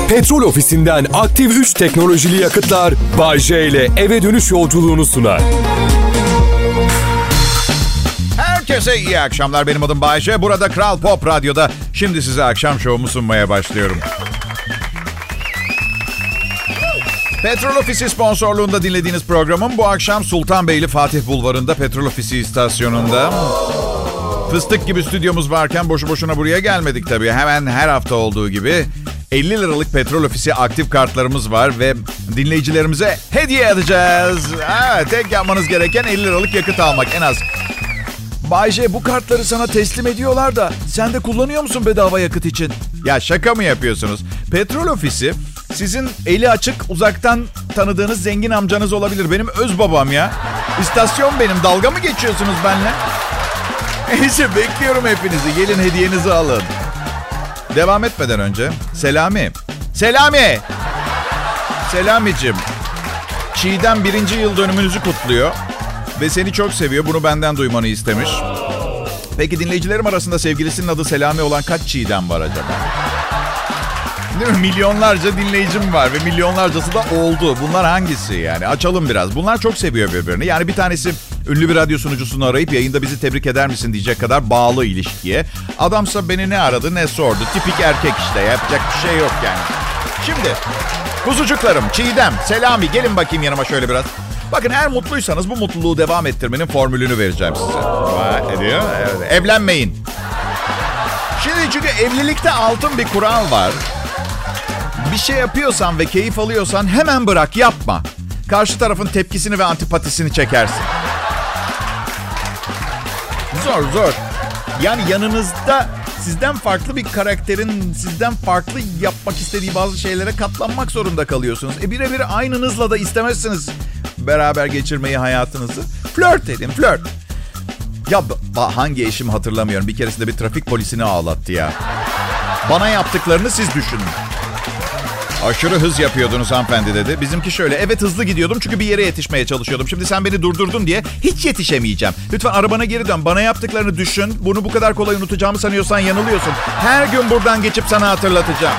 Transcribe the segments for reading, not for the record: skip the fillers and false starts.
Petrol Ofisi'nden aktif 3 teknolojili yakıtlar Bay J ile eve dönüş yolculuğunu sunar. Herkese iyi akşamlar. Benim adım Bay J. Burada Kral Pop Radyo'da şimdi size akşam şovumu sunmaya başlıyorum. Petrol Ofisi sponsorluğunda dinlediğiniz programım bu akşam Sultanbeyli Fatih Bulvarı'nda Petrol Ofisi istasyonunda. Fıstık gibi stüdyomuz varken boşu boşuna buraya gelmedik tabii. Hemen her hafta olduğu gibi 50 liralık Petrol Ofisi aktif kartlarımız var ve dinleyicilerimize hediye edeceğiz. Evet, tek yapmanız gereken 50 liralık yakıt almak en az. Bay J, bu kartları sana teslim ediyorlar da sen de kullanıyor musun bedava yakıt için? Ya şaka mı yapıyorsunuz? Petrol Ofisi sizin eli açık uzaktan tanıdığınız zengin amcanız olabilir. Benim öz babam ya. İstasyon benim. Dalga mı geçiyorsunuz benimle? Neyse, bekliyorum hepinizi. Gelin hediyenizi alın. Devam etmeden önce Selami. Selamicim. Çiğdem 1. yıl dönümünüzü kutluyor. Ve seni çok seviyor. Bunu benden duymanı istemiş. Peki dinleyicilerim arasında sevgilisinin adı Selami olan kaç Çiğdem var acaba? Değil mi? Milyonlarca dinleyicim var ve milyonlarcası da oldu. Bunlar hangisi yani? Açalım biraz. Bunlar çok seviyor birbirini. Yani bir tanesi ünlü bir radyo sunucusunu arayıp yayında bizi tebrik eder misin diyecek kadar bağlı ilişkiye. Adamsa beni ne aradı ne sordu. Tipik erkek işte. Yapacak bir şey yok yani. Şimdi kuzucuklarım, Çiğdem, Selami, gelin bakayım yanıma şöyle biraz. Bakın, eğer mutluysanız bu mutluluğu devam ettirmenin formülünü vereceğim size. Ediyor. Evet. Evlenmeyin. Şimdi çünkü evlilikte altın bir kural var. Bir şey yapıyorsan ve keyif alıyorsan hemen bırak, yapma. Karşı tarafın tepkisini ve antipatisini çekersin. Zor. Yani yanınızda sizden farklı bir karakterin sizden farklı yapmak istediği bazı şeylere katlanmak zorunda kalıyorsunuz. Birebir aynınızla da istemezsiniz beraber geçirmeyi hayatınızı. Flört edin, flört. Ya hangi eşim hatırlamıyorum. Bir keresinde bir trafik polisini ağlattı ya. Bana yaptıklarını siz düşünün. Aşırı hız yapıyordunuz hanımefendi dedi. Bizimki şöyle: evet, hızlı gidiyordum çünkü bir yere yetişmeye çalışıyordum. Şimdi sen beni durdurdun diye hiç yetişemeyeceğim. Lütfen arabana geri dön. Bana yaptıklarını düşün. Bunu bu kadar kolay unutacağımı sanıyorsan yanılıyorsun. Her gün buradan geçip sana hatırlatacağım.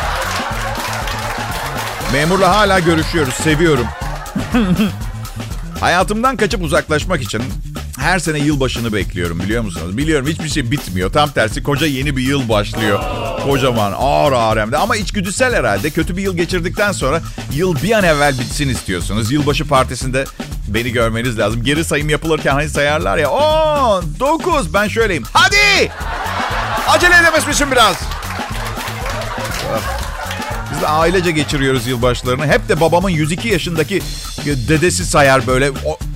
Memurla hala görüşüyoruz. Seviyorum. Hayatımdan kaçıp uzaklaşmak için her sene yılbaşını bekliyorum, biliyor musunuz? Biliyorum, hiçbir şey bitmiyor. Tam tersi, koca yeni bir yıl başlıyor. Kocaman, ağır hem de. Ama içgüdüsel herhalde. Kötü bir yıl geçirdikten sonra yıl bir an evvel bitsin istiyorsunuz. Yılbaşı partisinde beni görmeniz lazım. Geri sayım yapılırken hani sayarlar ya. 10, 9, ben şöyleyim. Hadi! Acele edemez misin biraz? Biz de ailece geçiriyoruz yılbaşlarını. Hep de babamın 102 yaşındaki dedesi sayar böyle.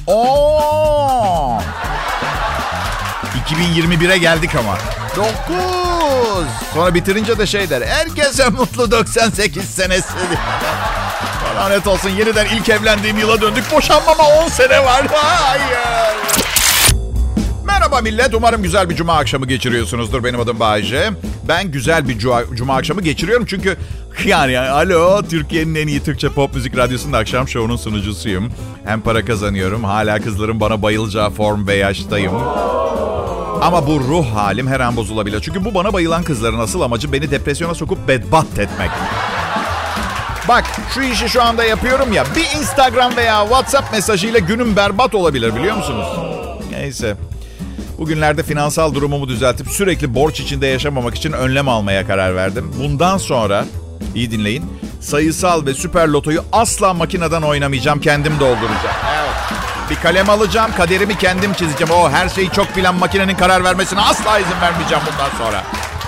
2021'e geldik ama. 9. Sonra bitirince de şey der: herkese mutlu 98 senesi. Lanet olsun, yeniden ilk evlendiğim yıla döndük. Boşanmama 10 sene var. Hayır. Merhaba millet. Umarım güzel bir cuma akşamı geçiriyorsunuzdur. Benim adım Bay J. Ben güzel bir cuma akşamı geçiriyorum çünkü yani alo, Türkiye'nin en iyi Türkçe pop müzik radyosunda akşam şovunun sunucusuyum. Hem para kazanıyorum. Hala kızların bana bayılacağı form ve yaştayım. Ama bu ruh halim her an bozulabilir. Çünkü bu bana bayılan kızların asıl amacı beni depresyona sokup bedbaht etmek. Bak, şu işi şu anda yapıyorum ya, bir Instagram veya WhatsApp mesajıyla günüm berbat olabilir, biliyor musunuz? Neyse. Bugünlerde finansal durumumu düzeltip sürekli borç içinde yaşamamak için önlem almaya karar verdim. Bundan sonra, iyi dinleyin, sayısal ve süper lotoyu asla makineden oynamayacağım, kendim dolduracağım. Evet. Bir kalem alacağım, kaderimi kendim çizeceğim. Her şeyi çok bilen makinenin karar vermesine asla izin vermeyeceğim bundan sonra.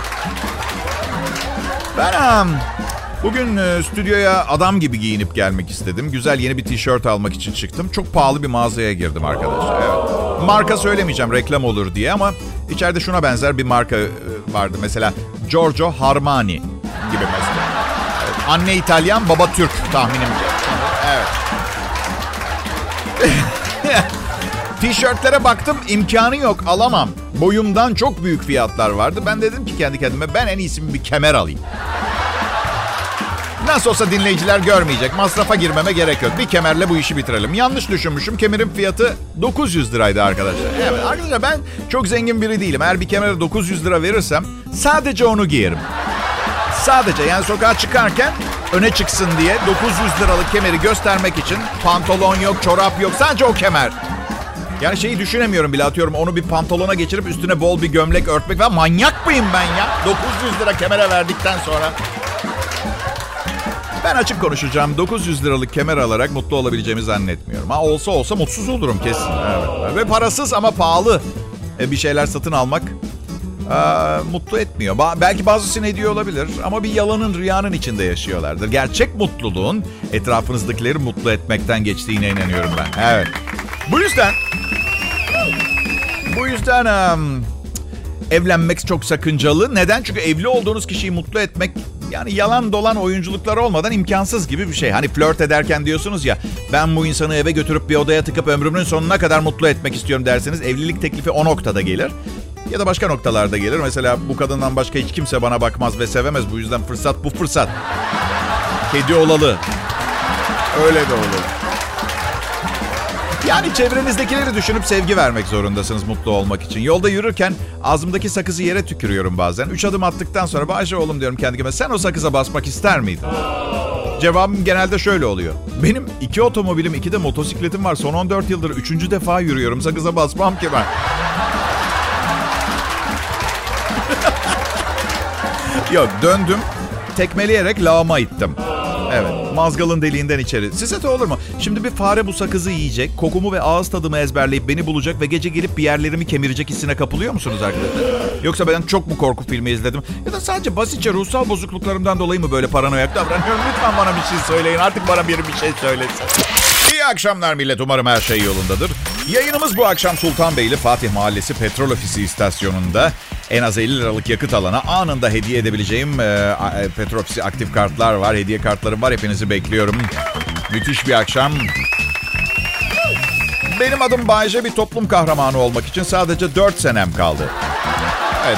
Ben bugün stüdyoya adam gibi giyinip gelmek istedim. Güzel yeni bir tişört almak için çıktım. Çok pahalı bir mağazaya girdim arkadaşlar. Evet. Marka söylemeyeceğim, reklam olur diye, ama içeride şuna benzer bir marka vardı. Mesela Giorgio Armani gibi mesela. Evet. Anne İtalyan, baba Türk tahminimce. Evet. Tişörtlere baktım, imkanı yok, alamam. Boyumdan çok büyük fiyatlar vardı. Ben dedim ki kendi kendime, ben en iyisi bir kemer alayım. Nasıl olsa dinleyiciler görmeyecek. Masrafa girmeme gerek yok. Bir kemerle bu işi bitirelim. Yanlış düşünmüşüm. Kemerin fiyatı 900 liraydı arkadaşlar. Evet, arkadaşlar ben çok zengin biri değilim. Eğer bir kemere 900 lira verirsem sadece onu giyerim. Sadece yani sokağa çıkarken öne çıksın diye 900 liralık kemeri göstermek için pantolon yok, çorap yok. Sadece o kemer. Yani şeyi düşünemiyorum bile, atıyorum onu bir pantolona geçirip üstüne bol bir gömlek örtmek falan. Manyak mıyım ben ya? 900 lira kemere verdikten sonra. Ben açık konuşacağım. 900 liralık kemer alarak mutlu olabileceğimi zannetmiyorum. Ha, olsa mutsuz olurum kesin. Evet. Ve parasız ama pahalı bir şeyler satın almak mutlu etmiyor. Belki bazısını ediyor olabilir ama bir yalanın, riyanın içinde yaşıyorlardır. Gerçek mutluluğun etrafınızdakileri mutlu etmekten geçtiğine inanıyorum ben. Evet. Bu yüzden evlenmek çok sakıncalı. Neden? Çünkü evli olduğunuz kişiyi mutlu etmek yani yalan dolan oyunculuklar olmadan imkansız gibi bir şey. Hani flört ederken diyorsunuz ya, ben bu insanı eve götürüp bir odaya tıkıp ömrümün sonuna kadar mutlu etmek istiyorum derseniz evlilik teklifi o noktada gelir. Ya da başka noktalarda gelir. Mesela bu kadından başka hiç kimse bana bakmaz ve sevemez. Bu yüzden fırsat bu fırsat. Kedi olalı. Öyle de olur. Yani çevrenizdekileri düşünüp sevgi vermek zorundasınız mutlu olmak için. Yolda yürürken ağzımdaki sakızı yere tükürüyorum bazen. 3 adım attıktan sonra Bayce oğlum diyorum kendi kendime, sen o sakıza basmak ister miydin? Cevabım genelde şöyle oluyor. Benim 2 otomobilim, 2 de motosikletim var. Son 14 yıldır 3. defa yürüyorum. Sakıza basmam ki ben. Yok, döndüm. Tekmeleyerek lağıma ittim. Evet, mazgalın deliğinden içeri. Size de olur mu? Şimdi bir fare bu sakızı yiyecek, kokumu ve ağız tadımı ezberleyip beni bulacak ve gece gelip bir yerlerimi kemirecek hissine kapılıyor musunuz arkadaşlar? Yoksa ben çok mu korku filmi izledim? Ya da sadece basitçe ruhsal bozukluklarımdan dolayı mı böyle paranoyak davranıyorum? Lütfen bana bir şey söyleyin. Artık bana biri bir şey söylesin. İyi akşamlar millet. Umarım her şey yolundadır. Yayınımız bu akşam Sultanbeyli Fatih Mahallesi Petrol Ofisi istasyonunda. En az 50 liralık yakıt alana anında hediye edebileceğim Petrol Ofisi aktif kartlar var. Hediye kartlarım var. Hepinizi bekliyorum. Müthiş bir akşam. Benim adım Bayce. Bir toplum kahramanı olmak için sadece 4 senem kaldı. Evet.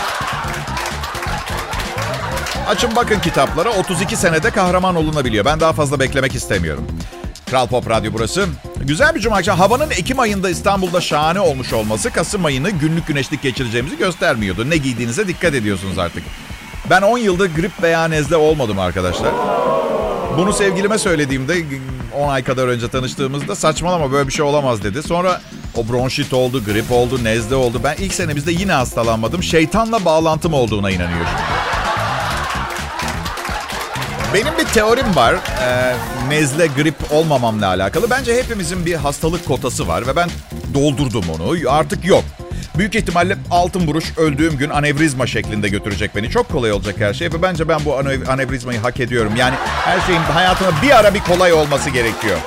Açın bakın kitaplara. 32 senede kahraman olunabiliyor. Ben daha fazla beklemek istemiyorum. Kral Pop Radyo burası. Güzel bir cuma akşamı. Havanın Ekim ayında İstanbul'da şahane olmuş olması Kasım ayını günlük güneşlik geçireceğimizi göstermiyordu. Ne giydiğinize dikkat ediyorsunuz artık. Ben 10 yıldır grip veya nezle olmadım arkadaşlar. Bunu sevgilime söylediğimde 10 ay kadar önce tanıştığımızda saçmalama böyle bir şey olamaz dedi. Sonra o bronşit oldu, grip oldu, nezle oldu. Ben ilk senemizde yine hastalanmadım. Şeytanla bağlantım olduğuna inanıyorum. Benim bir teorim var. Nezle, grip olmamamla alakalı. Bence hepimizin bir hastalık kotası var ve ben doldurdum onu. Artık yok. Büyük ihtimalle altın buruş öldüğüm gün anevrizma şeklinde götürecek beni. Çok kolay olacak her şey ve bence ben bu anevrizmayı hak ediyorum. Yani her şeyin hayatıma bir ara bir kolay olması gerekiyor.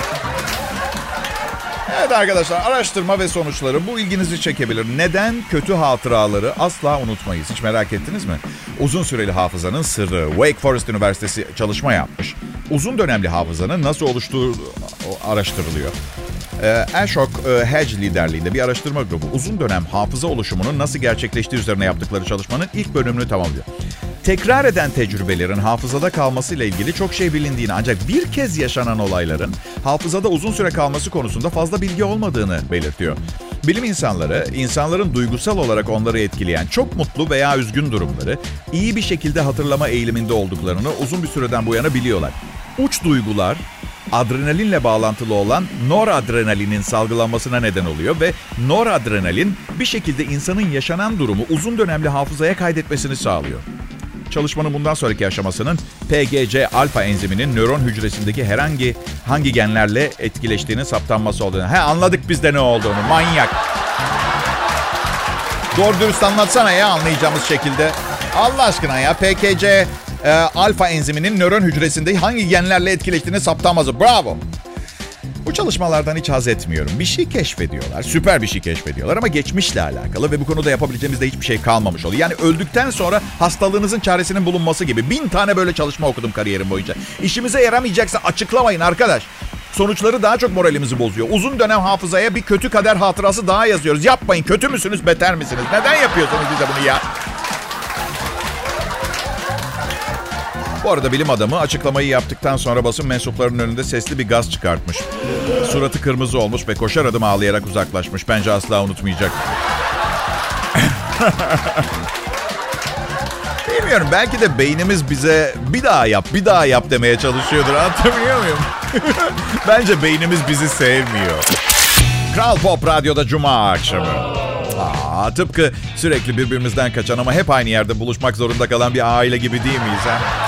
Evet arkadaşlar, araştırma ve sonuçları bu ilginizi çekebilir. Neden kötü hatıraları asla unutmayız? Hiç merak ettiniz mi? Uzun süreli hafızanın sırrı. Wake Forest Üniversitesi çalışma yapmış. Uzun dönemli hafızanın nasıl oluştuğu araştırılıyor. Ashok Hedge liderliğinde bir araştırma grubu uzun dönem hafıza oluşumunun nasıl gerçekleştiği üzerine yaptıkları çalışmanın ilk bölümünü tamamlıyor. Tekrar eden tecrübelerin hafızada kalmasıyla ilgili çok şey bilindiğini, ancak bir kez yaşanan olayların hafızada uzun süre kalması konusunda fazla bilgi olmadığını belirtiyor. Bilim insanları, insanların duygusal olarak onları etkileyen çok mutlu veya üzgün durumları iyi bir şekilde hatırlama eğiliminde olduklarını uzun bir süreden bu yana biliyorlar. Uç duygular, adrenalinle bağlantılı olan noradrenalinin salgılanmasına neden oluyor ve noradrenalin bir şekilde insanın yaşanan durumu uzun dönemli hafızaya kaydetmesini sağlıyor. Çalışmanın bundan sonraki aşamasının PGC alfa enziminin nöron hücresindeki hangi genlerle etkileştiğinin saptanması olduğunu. Anladık biz de ne olduğunu. Manyak. Doğru dürüst anlatsana ya anlayacağımız şekilde. Allah aşkına ya, PGC alfa enziminin nöron hücresinde hangi genlerle etkileştiğini saptanması. Bravo. Bu çalışmalardan hiç haz etmiyorum. Bir şey keşfediyorlar, süper bir şey keşfediyorlar ama geçmişle alakalı ve bu konuda yapabileceğimizde hiçbir şey kalmamış oluyor. Yani öldükten sonra hastalığınızın çaresinin bulunması gibi 1000 tane böyle çalışma okudum kariyerim boyunca. İşimize yaramayacaksa açıklamayın arkadaş. Sonuçları daha çok moralimizi bozuyor. Uzun dönem hafızaya bir kötü kader hatırası daha yazıyoruz. Yapmayın, kötü müsünüz, beter misiniz? Neden yapıyorsunuz bize bunu ya? Bu arada bilim adamı açıklamayı yaptıktan sonra basın mensuplarının önünde sesli bir gaz çıkartmış. Suratı kırmızı olmuş ve koşar adım ağlayarak uzaklaşmış. Bence asla unutmayacak. Bilmiyorum, belki de beynimiz bize bir daha yap demeye çalışıyordur. Anlatabiliyor muyum? Bence beynimiz bizi sevmiyor. Kral Pop Radyo'da Cuma akşamı. Tıpkı sürekli birbirimizden kaçan ama hep aynı yerde buluşmak zorunda kalan bir aile gibi değil miyiz?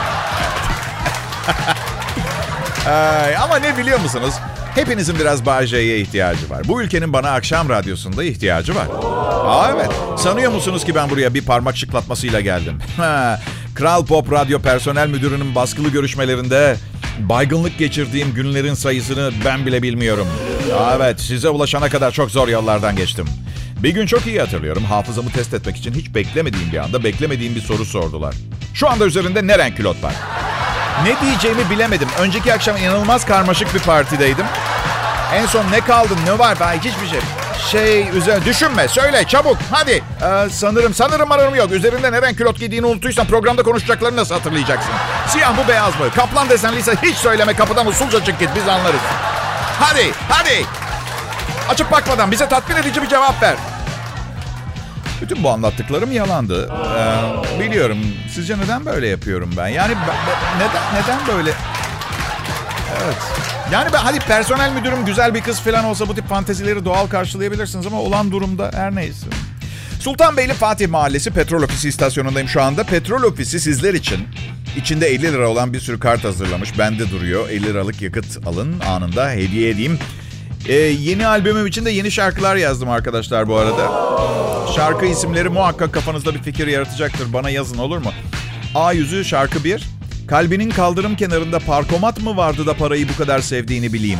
Ama ne biliyor musunuz? Hepinizin biraz Bay J'ye ihtiyacı var. Bu ülkenin bana akşam radyosunda ihtiyacı var. Evet. Sanıyor musunuz ki ben buraya bir parmak şıklatmasıyla geldim? Kral Pop Radyo Personel Müdürü'nün baskılı görüşmelerinde baygınlık geçirdiğim günlerin sayısını ben bile bilmiyorum. Evet, size ulaşana kadar çok zor yollardan geçtim. Bir gün çok iyi hatırlıyorum. Hafızamı test etmek için hiç beklemediğim bir anda beklemediğim bir soru sordular. Şu anda üzerinde ne renk külot var? Ne diyeceğimi bilemedim. Önceki akşam inanılmaz karmaşık bir partideydim. En son ne kaldı, ne var? Ben hiçbir şey. Üzerine düşünme, söyle çabuk, hadi. Sanırım ararım yok. Üzerinde ne renk külot giydiğini unuttuysan programda konuşacaklarını nasıl hatırlayacaksın? Siyah mı beyaz mı? Kaplan desenliyse hiç söyleme, kapıdan usulca çık git, biz anlarız. Hadi. Açıp bakmadan bize tatmin edici bir cevap ver. Bütün bu anlattıklarım yalandı. Biliyorum. Sizce neden böyle yapıyorum ben? Yani neden böyle? Evet. Yani hadi personel müdürüm güzel bir kız falan olsa bu tip fantezileri doğal karşılayabilirsiniz ama olan durumda her neyse. Sultanbeyli Fatih Mahallesi Petrol Ofisi istasyonundayım şu anda. Petrol Ofisi sizler için içinde 50 lira olan bir sürü kart hazırlamış. Bende duruyor. 50 liralık yakıt alın, anında hediye edeyim. Yeni albümüm için de yeni şarkılar yazdım arkadaşlar bu arada. Şarkı isimleri muhakkak kafanızda bir fikir yaratacaktır. Bana yazın, olur mu? A yüzü şarkı 1. Kalbinin kaldırım kenarında parkomat mı vardı da parayı bu kadar sevdiğini bileyim.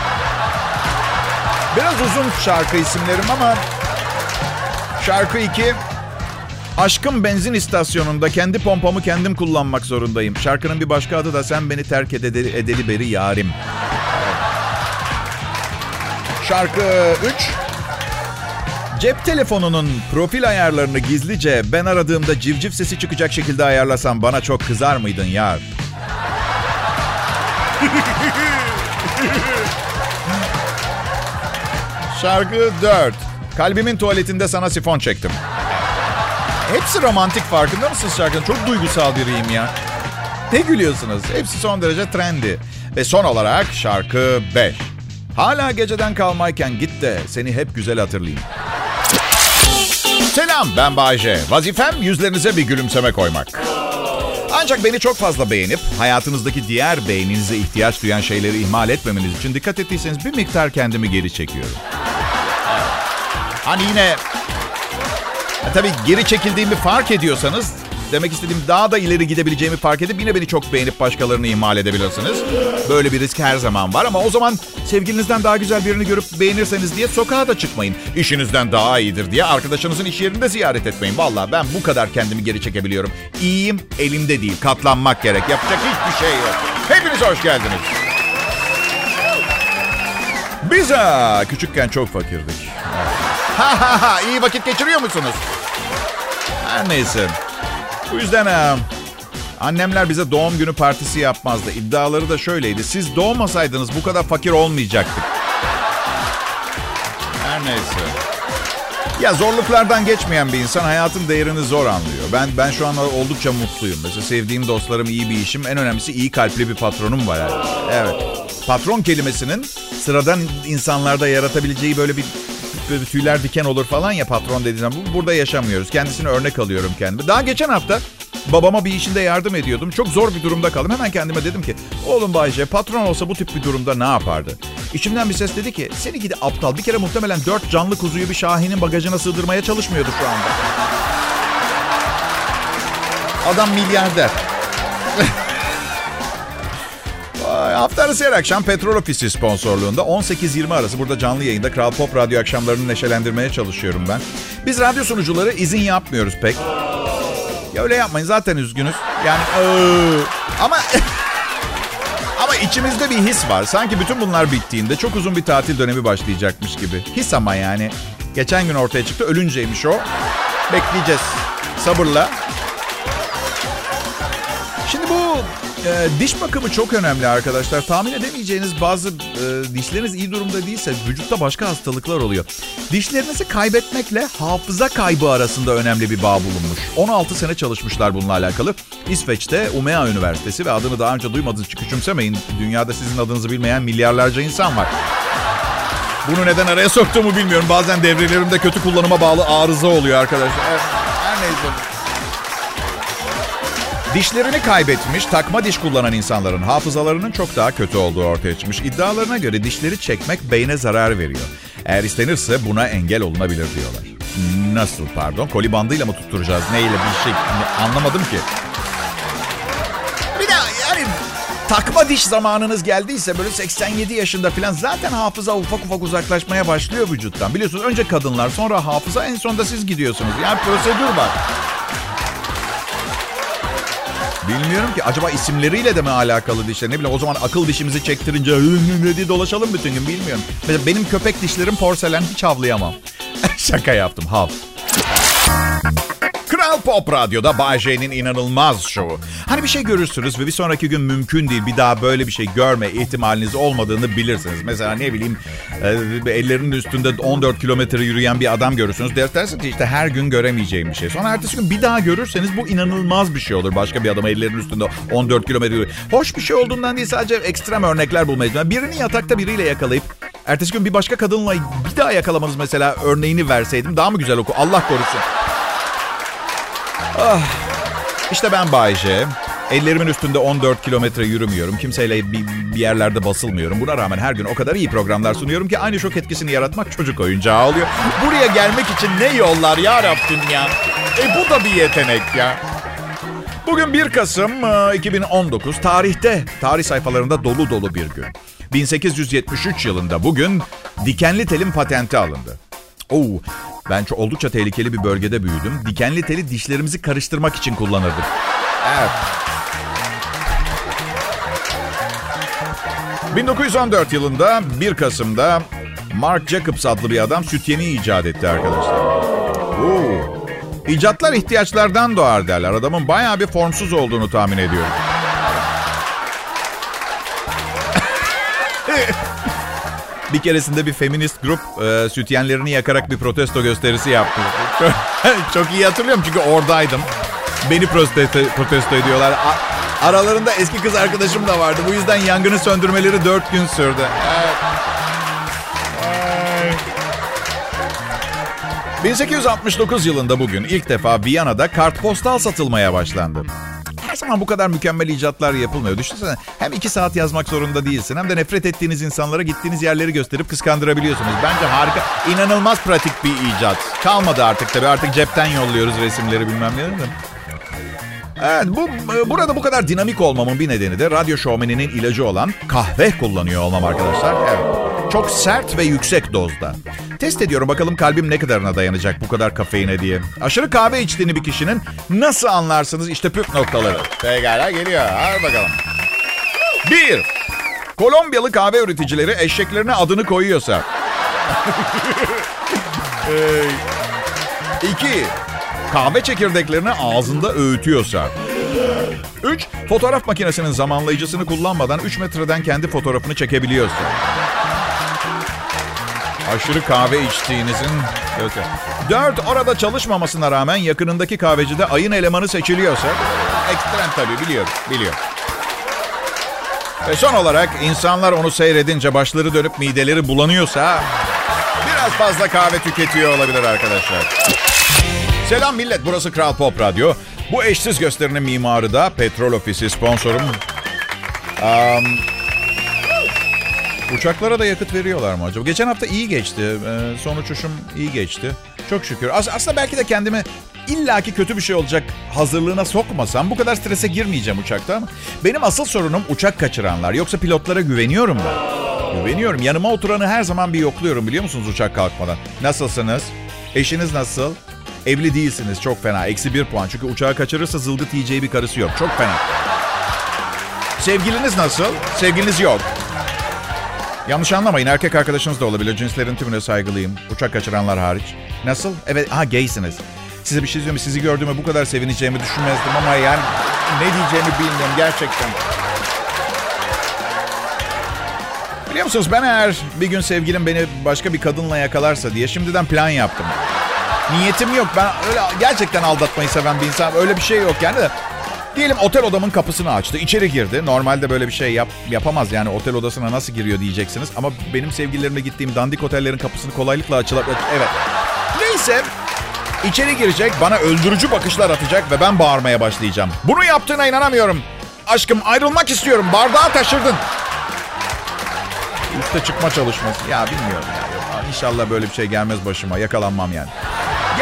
Biraz uzun şarkı isimlerim ama şarkı 2. Aşkım benzin istasyonunda kendi pompamı kendim kullanmak zorundayım. Şarkının bir başka adı da sen beni terk edeli beri yarim. Şarkı 3. Cep telefonunun profil ayarlarını gizlice ben aradığımda civciv sesi çıkacak şekilde ayarlasam bana çok kızar mıydın yar? Şarkı 4. Kalbimin tuvaletinde sana sifon çektim. Hepsi romantik, farkında mısınız şarkının? Çok duygusal biriyim ya. Ne gülüyorsunuz? Hepsi son derece trendy. Ve son olarak şarkı 5. Hala geceden kalmayken git de seni hep güzel hatırlayayım. Selam, ben Bay J. Vazifem yüzlerinize bir gülümseme koymak. Ancak beni çok fazla beğenip hayatınızdaki diğer beyninize ihtiyaç duyan şeyleri ihmal etmemeniz için dikkat ettiyseniz bir miktar kendimi geri çekiyorum. Hani yine tabii geri çekildiğimi fark ediyorsanız, demek istediğim daha da ileri gidebileceğimi fark edip yine beni çok beğenip başkalarını ihmal edebilirsiniz. Böyle bir risk her zaman var ama o zaman sevgilinizden daha güzel birini görüp beğenirseniz diye sokağa da çıkmayın. İşinizden daha iyidir diye arkadaşınızın iş yerinde ziyaret etmeyin. Vallahi ben bu kadar kendimi geri çekebiliyorum. İyiyim, elimde değil. Katlanmak gerek. Yapacak hiçbir şey yok. Hepiniz hoş geldiniz. Biz küçükken çok fakirdik. İyi vakit geçiriyor musunuz? Her neyse. Bu yüzden annemler bize doğum günü partisi yapmazdı. İddiaları da şöyleydi. Siz doğmasaydınız bu kadar fakir olmayacaktık. Her neyse. Ya zorluklardan geçmeyen bir insan hayatın değerini zor anlıyor. Ben şu an oldukça mutluyum. Mesela sevdiğim dostlarım, iyi bir işim. En önemlisi iyi kalpli bir patronum var. Evet. Patron kelimesinin sıradan insanlarda yaratabileceği böyle bir tüyler diken olur falan ya patron dediğim. Burada yaşamıyoruz. Kendisine örnek alıyorum kendime. Daha geçen hafta babama bir işinde yardım ediyordum. Çok zor bir durumda kaldım. Hemen kendime dedim ki oğlum Bayce, patron olsa bu tip bir durumda ne yapardı? İçimden bir ses dedi ki seni gidi aptal. Bir kere muhtemelen 4 canlı kuzuyu bir Şahin'in bagajına sığdırmaya çalışmıyordu şu anda. Adam milyarder. Hafta arası her akşam Petrol Ofisi sponsorluğunda 18-20 arası burada canlı yayında Kral Pop Radyo akşamlarını neşelendirmeye çalışıyorum ben. Biz radyo sunucuları izin yapmıyoruz pek. Ya öyle yapmayın, zaten üzgünüz. Yani ama içimizde bir his var. Sanki bütün bunlar bittiğinde çok uzun bir tatil dönemi başlayacakmış gibi. His ama yani. Geçen gün ortaya çıktı, ölünceymiş o. Bekleyeceğiz sabırla. Şimdi bu Diş bakımı çok önemli arkadaşlar. Tahmin edemeyeceğiniz bazı dişleriniz iyi durumda değilse vücutta başka hastalıklar oluyor. Dişlerinizi kaybetmekle hafıza kaybı arasında önemli bir bağ bulunmuş. 16 sene çalışmışlar bununla alakalı. İsveç'te Umea Üniversitesi ve adını daha önce duymadığınız için küçümsemeyin. Dünyada sizin adınızı bilmeyen milyarlarca insan var. Bunu neden araya soktuğumu bilmiyorum. Bazen devrelerimde kötü kullanıma bağlı arıza oluyor arkadaşlar. Evet, her neyse. Dişlerini kaybetmiş, takma diş kullanan insanların hafızalarının çok daha kötü olduğu ortaya çıkmış. İddialarına göre dişleri çekmek beyne zarar veriyor. Eğer istenirse buna engel olunabilir diyorlar. Nasıl pardon? Koli bandıyla mı tutturacağız? Neyle bir şey anlamadım ki. Bir de yani takma diş zamanınız geldiyse böyle 87 yaşında falan zaten hafıza ufak ufak uzaklaşmaya başlıyor vücuttan. Biliyorsunuz önce kadınlar, sonra hafıza, en sonunda siz gidiyorsunuz. Yani prosedür var. Bilmiyorum ki acaba isimleriyle de mi alakalı dişler? Ne bileyim, o zaman akıl dişimizi çektirince ne diye dolaşalım bütün gün, bilmiyorum. Mesela benim köpek dişlerim porselen, hiç havlayamam. Şaka yaptım, hav. Kral Pop Radyo'da Bay J'nin inanılmaz şovu. Hani bir şey görürsünüz ve bir sonraki gün mümkün değil, bir daha böyle bir şey görme ihtimaliniz olmadığını bilirsiniz. Mesela ne bileyim ellerinin üstünde 14 kilometre yürüyen bir adam görürsünüz. Dersiniz ki işte her gün göremeyeceğim bir şey. Sonra ertesi gün bir daha görürseniz bu inanılmaz bir şey olur. Başka bir adam ellerinin üstünde 14 kilometre yürüyor. Hoş bir şey olduğundan değil, sadece ekstrem örnekler bulmayız. Birini yatakta biriyle yakalayıp ertesi gün bir başka kadınla bir daha yakalamanız mesela örneğini verseydim daha mı güzel oku? Allah korusun. Ah, işte ben Bay J. Ellerimin üstünde 14 kilometre yürümüyorum. Kimseyle bir yerlerde basılmıyorum. Buna rağmen her gün o kadar iyi programlar sunuyorum ki aynı şok etkisini yaratmak çocuk oyuncağı oluyor. Buraya gelmek için ne yollar ya Rabbim ya. Bu da bir yetenek ya. Bugün 1 Kasım 2019. Tarih sayfalarında dolu dolu bir gün. 1873 yılında bugün dikenli telin patenti alındı. Ben oldukça tehlikeli bir bölgede büyüdüm. Dikenli teli dişlerimizi karıştırmak için kullanırdık. Evet. 1914 yılında 1 Kasım'da Marc Jacobs adlı bir adam sütyeni icat etti arkadaşlar. İcatlar ihtiyaçlardan doğar derler. Adamın bayağı bir formsuz olduğunu tahmin ediyorum. Bir keresinde bir feminist grup sütyenlerini yakarak bir protesto gösterisi yaptı. Çok iyi hatırlıyorum çünkü oradaydım. Beni protesto ediyorlar. Aralarında eski kız arkadaşım da vardı. Bu yüzden yangını söndürmeleri 4 gün sürdü. Evet. 1869 yılında bugün ilk defa Viyana'da kartpostal satılmaya başlandı. Her zaman bu kadar mükemmel icatlar yapılmıyor. Düşünsene, hem 2 saat yazmak zorunda değilsin, hem de nefret ettiğiniz insanlara gittiğiniz yerleri gösterip kıskandırabiliyorsunuz. Bence harika, inanılmaz pratik bir icat. Kalmadı artık tabii, artık cepten yolluyoruz resimleri bilmem ne. Evet, burada bu kadar dinamik olmamın bir nedeni de radyo şovmeninin ilacı olan kahve kullanıyor olmam arkadaşlar. Evet, çok sert ve yüksek dozda. Test ediyorum bakalım kalbim ne kadarına dayanacak bu kadar kafeine diye. Aşırı kahve içtiğini bir kişinin nasıl anlarsınız? İşte püf noktaları. Pekala geliyor. Hadi bakalım. 1. Kolombiyalı kahve üreticileri eşeklerine adını koyuyorsa. 2. Kahve çekirdeklerini ağzında öğütüyorsa. 3. Fotoğraf makinesinin zamanlayıcısını kullanmadan 3 metreden kendi fotoğrafını çekebiliyorsa. Aşırı kahve içtiğinizin öte. 4. Orada çalışmamasına rağmen yakınındaki kahvecide ayın elemanı seçiliyorsa. Ekstrem tabii, biliyor. Ve son olarak insanlar onu seyredince başları dönüp mideleri bulanıyorsa biraz fazla kahve tüketiyor olabilir arkadaşlar. Selam millet, burası Kral Pop Radyo. Bu eşsiz gösterinin mimarı da Petrol Ofisi, sponsorum. Uçaklara da yakıt veriyorlar mı acaba? Geçen hafta iyi geçti. Son uçuşum iyi geçti. Çok şükür. Aslında belki de kendimi illaki kötü bir şey olacak hazırlığına sokmasam bu kadar strese girmeyeceğim uçakta ama benim asıl sorunum uçak kaçıranlar. Yoksa pilotlara güveniyorum ben. Güveniyorum. Yanıma oturanı her zaman bir yokluyorum, biliyor musunuz, uçak kalkmadan. Nasılsınız? Eşiniz nasıl? Evli değilsiniz. Çok fena. -1 puan. Çünkü uçağı kaçırırsa zılgıt yiyeceği bir karısı yok. Çok fena. Sevgiliniz nasıl? Sevgiliniz yok. Yanlış anlamayın. Erkek arkadaşınız da olabilir. Cinslerin tümüne saygılıyım. Uçak kaçıranlar hariç. Nasıl? Evet. Gaysiniz. Size bir şey söyleyeyim mi? Sizi gördüğüme bu kadar sevineceğimi düşünmezdim ama yani Ne diyeceğimi bilmiyorum gerçekten. Biliyor musunuz, ben eğer bir gün sevgilim beni başka bir kadınla yakalarsa diye şimdiden plan yaptım. Niyetim yok. Ben öyle gerçekten aldatmayı seven bir insan. Öyle bir şey yok yani de. Diyelim otel odamın kapısını açtı. İçeri girdi. Normalde böyle bir şey yapamaz yani. Otel odasına nasıl giriyor diyeceksiniz. Ama benim sevgililerimle gittiğim dandik otellerin kapısını kolaylıkla açılabilir. Evet. Neyse. İçeri girecek, bana öldürücü bakışlar atacak ve ben bağırmaya başlayacağım. Bunu yaptığına inanamıyorum. Aşkım, ayrılmak istiyorum. Bardağı taşırdın. Üste çıkma çalışması. Ya bilmiyorum ya. İnşallah böyle bir şey gelmez başıma. Yakalanmam yani. Ya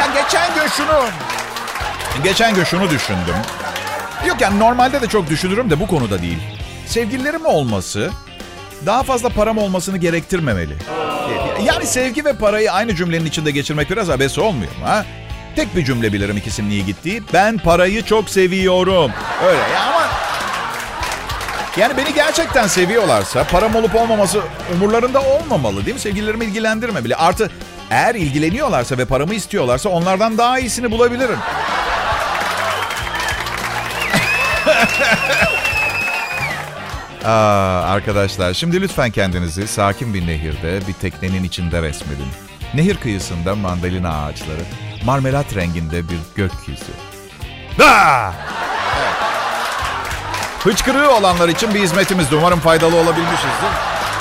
geçen gün şunu düşündüm. Yok yani normalde de çok düşünürüm de bu konuda değil. Sevgililerim olması daha fazla param olmasını gerektirmemeli. Yani sevgi ve parayı aynı cümlenin içinde geçirmek biraz abes olmuyor mu? Ha? Tek bir cümle bilirim ikisinin iyi gittiği. Ben parayı çok seviyorum. Öyle ya ama... Yani beni gerçekten seviyorlarsa param olup olmaması umurlarında olmamalı değil mi? Sevgililerimi ilgilendirmemeli. Artı eğer ilgileniyorlarsa ve paramı istiyorlarsa onlardan daha iyisini bulabilirim. Arkadaşlar şimdi lütfen kendinizi sakin bir nehirde bir teknenin içinde resmedin. Nehir kıyısında mandalina ağaçları, marmelat renginde bir gökyüzü. Evet. Hıçkırığı olanlar için bir hizmetimizdi. Umarım faydalı olabilmişizdir.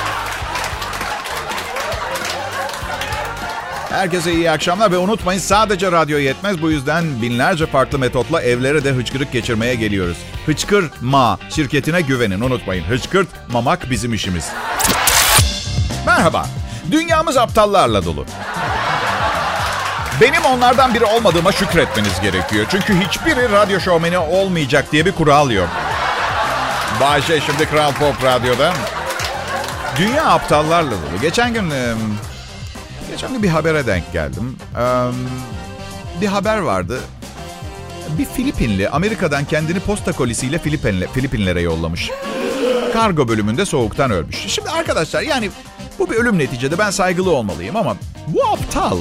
Herkese iyi akşamlar ve unutmayın sadece radyo yetmez. Bu yüzden binlerce farklı metotla evlere de hıçkırık geçirmeye geliyoruz. Hıçkırma şirketine güvenin, unutmayın. Hıçkırtmamak bizim işimiz. Merhaba. Dünyamız aptallarla dolu. Benim onlardan biri olmadığıma şükretmeniz gerekiyor. Çünkü hiçbiri radyo şovmeni olmayacak diye bir kural yok. Bayşe şimdi Kral Pop Radyo'da. Dünya aptallarla dolu. Geçen gün bir habere denk geldim. Bir haber vardı. Bir Filipinli Amerika'dan kendini posta kolisiyle Filipinlere yollamış. Kargo bölümünde soğuktan ölmüş. Şimdi arkadaşlar yani bu bir ölüm neticede, ben saygılı olmalıyım ama bu aptal.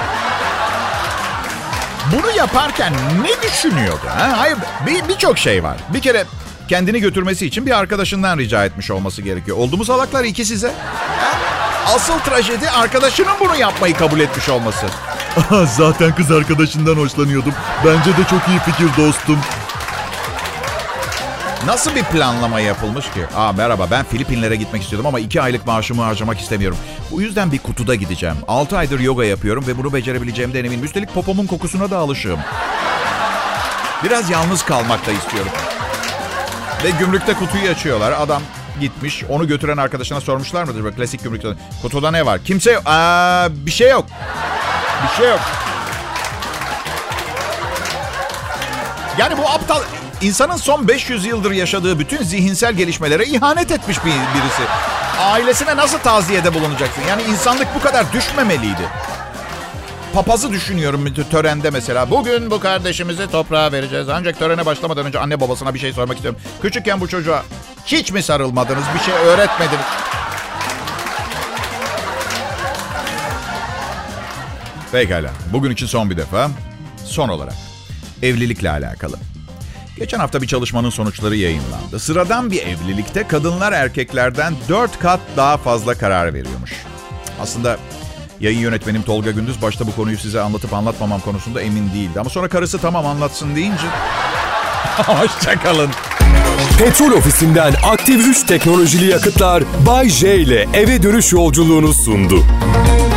Bunu yaparken ne düşünüyordu? Ha? Hayır, birçok şey var. Bir kere kendini götürmesi için bir arkadaşından rica etmiş olması gerekiyor. Oldu mu salaklar iki size? Ha? Asıl trajedi arkadaşının bunu yapmayı kabul etmiş olması. Zaten kız arkadaşından hoşlanıyordum. Bence de çok iyi fikir dostum. Nasıl bir planlama yapılmış ki? Merhaba, ben Filipinlere gitmek istiyordum ama 2 aylık maaşımı harcamak istemiyorum. Bu yüzden bir kutuda gideceğim. 6 aydır yoga yapıyorum ve bunu becerebileceğimden eminim. Üstelik popomun kokusuna da alışığım. Biraz yalnız kalmak da istiyorum. Ve gümrükte kutuyu açıyorlar. Adam gitmiş. Onu götüren arkadaşına sormuşlar mıdır? Böyle klasik gümrükte. Kutuda ne var? Kimse yok. Bir şey yok. Bir şey yok. Yani bu aptal... İnsanın son 500 yıldır yaşadığı bütün zihinsel gelişmelere ihanet etmiş birisi. Ailesine nasıl taziyede bulunacaksın? Yani insanlık bu kadar düşmemeliydi. Papazı düşünüyorum törende mesela. Bugün bu kardeşimizi toprağa vereceğiz. Ancak törene başlamadan önce anne babasına bir şey sormak istiyorum. Küçükken bu çocuğa hiç mi sarılmadınız? Bir şey öğretmediniz? Pekala. Bugün için son bir defa. Son olarak. Evlilikle alakalı. Geçen hafta bir çalışmanın sonuçları yayınlandı. Sıradan bir evlilikte kadınlar erkeklerden 4 kat daha fazla karar veriyormuş. Aslında yayın yönetmenim Tolga Gündüz başta bu konuyu size anlatıp anlatmamam konusunda emin değildi. Ama sonra karısı tamam anlatsın deyince... Hoşçakalın. Petrol Ofisi'nden aktif 3 teknolojili yakıtlar Bay J ile eve dönüş yolculuğunu sundu.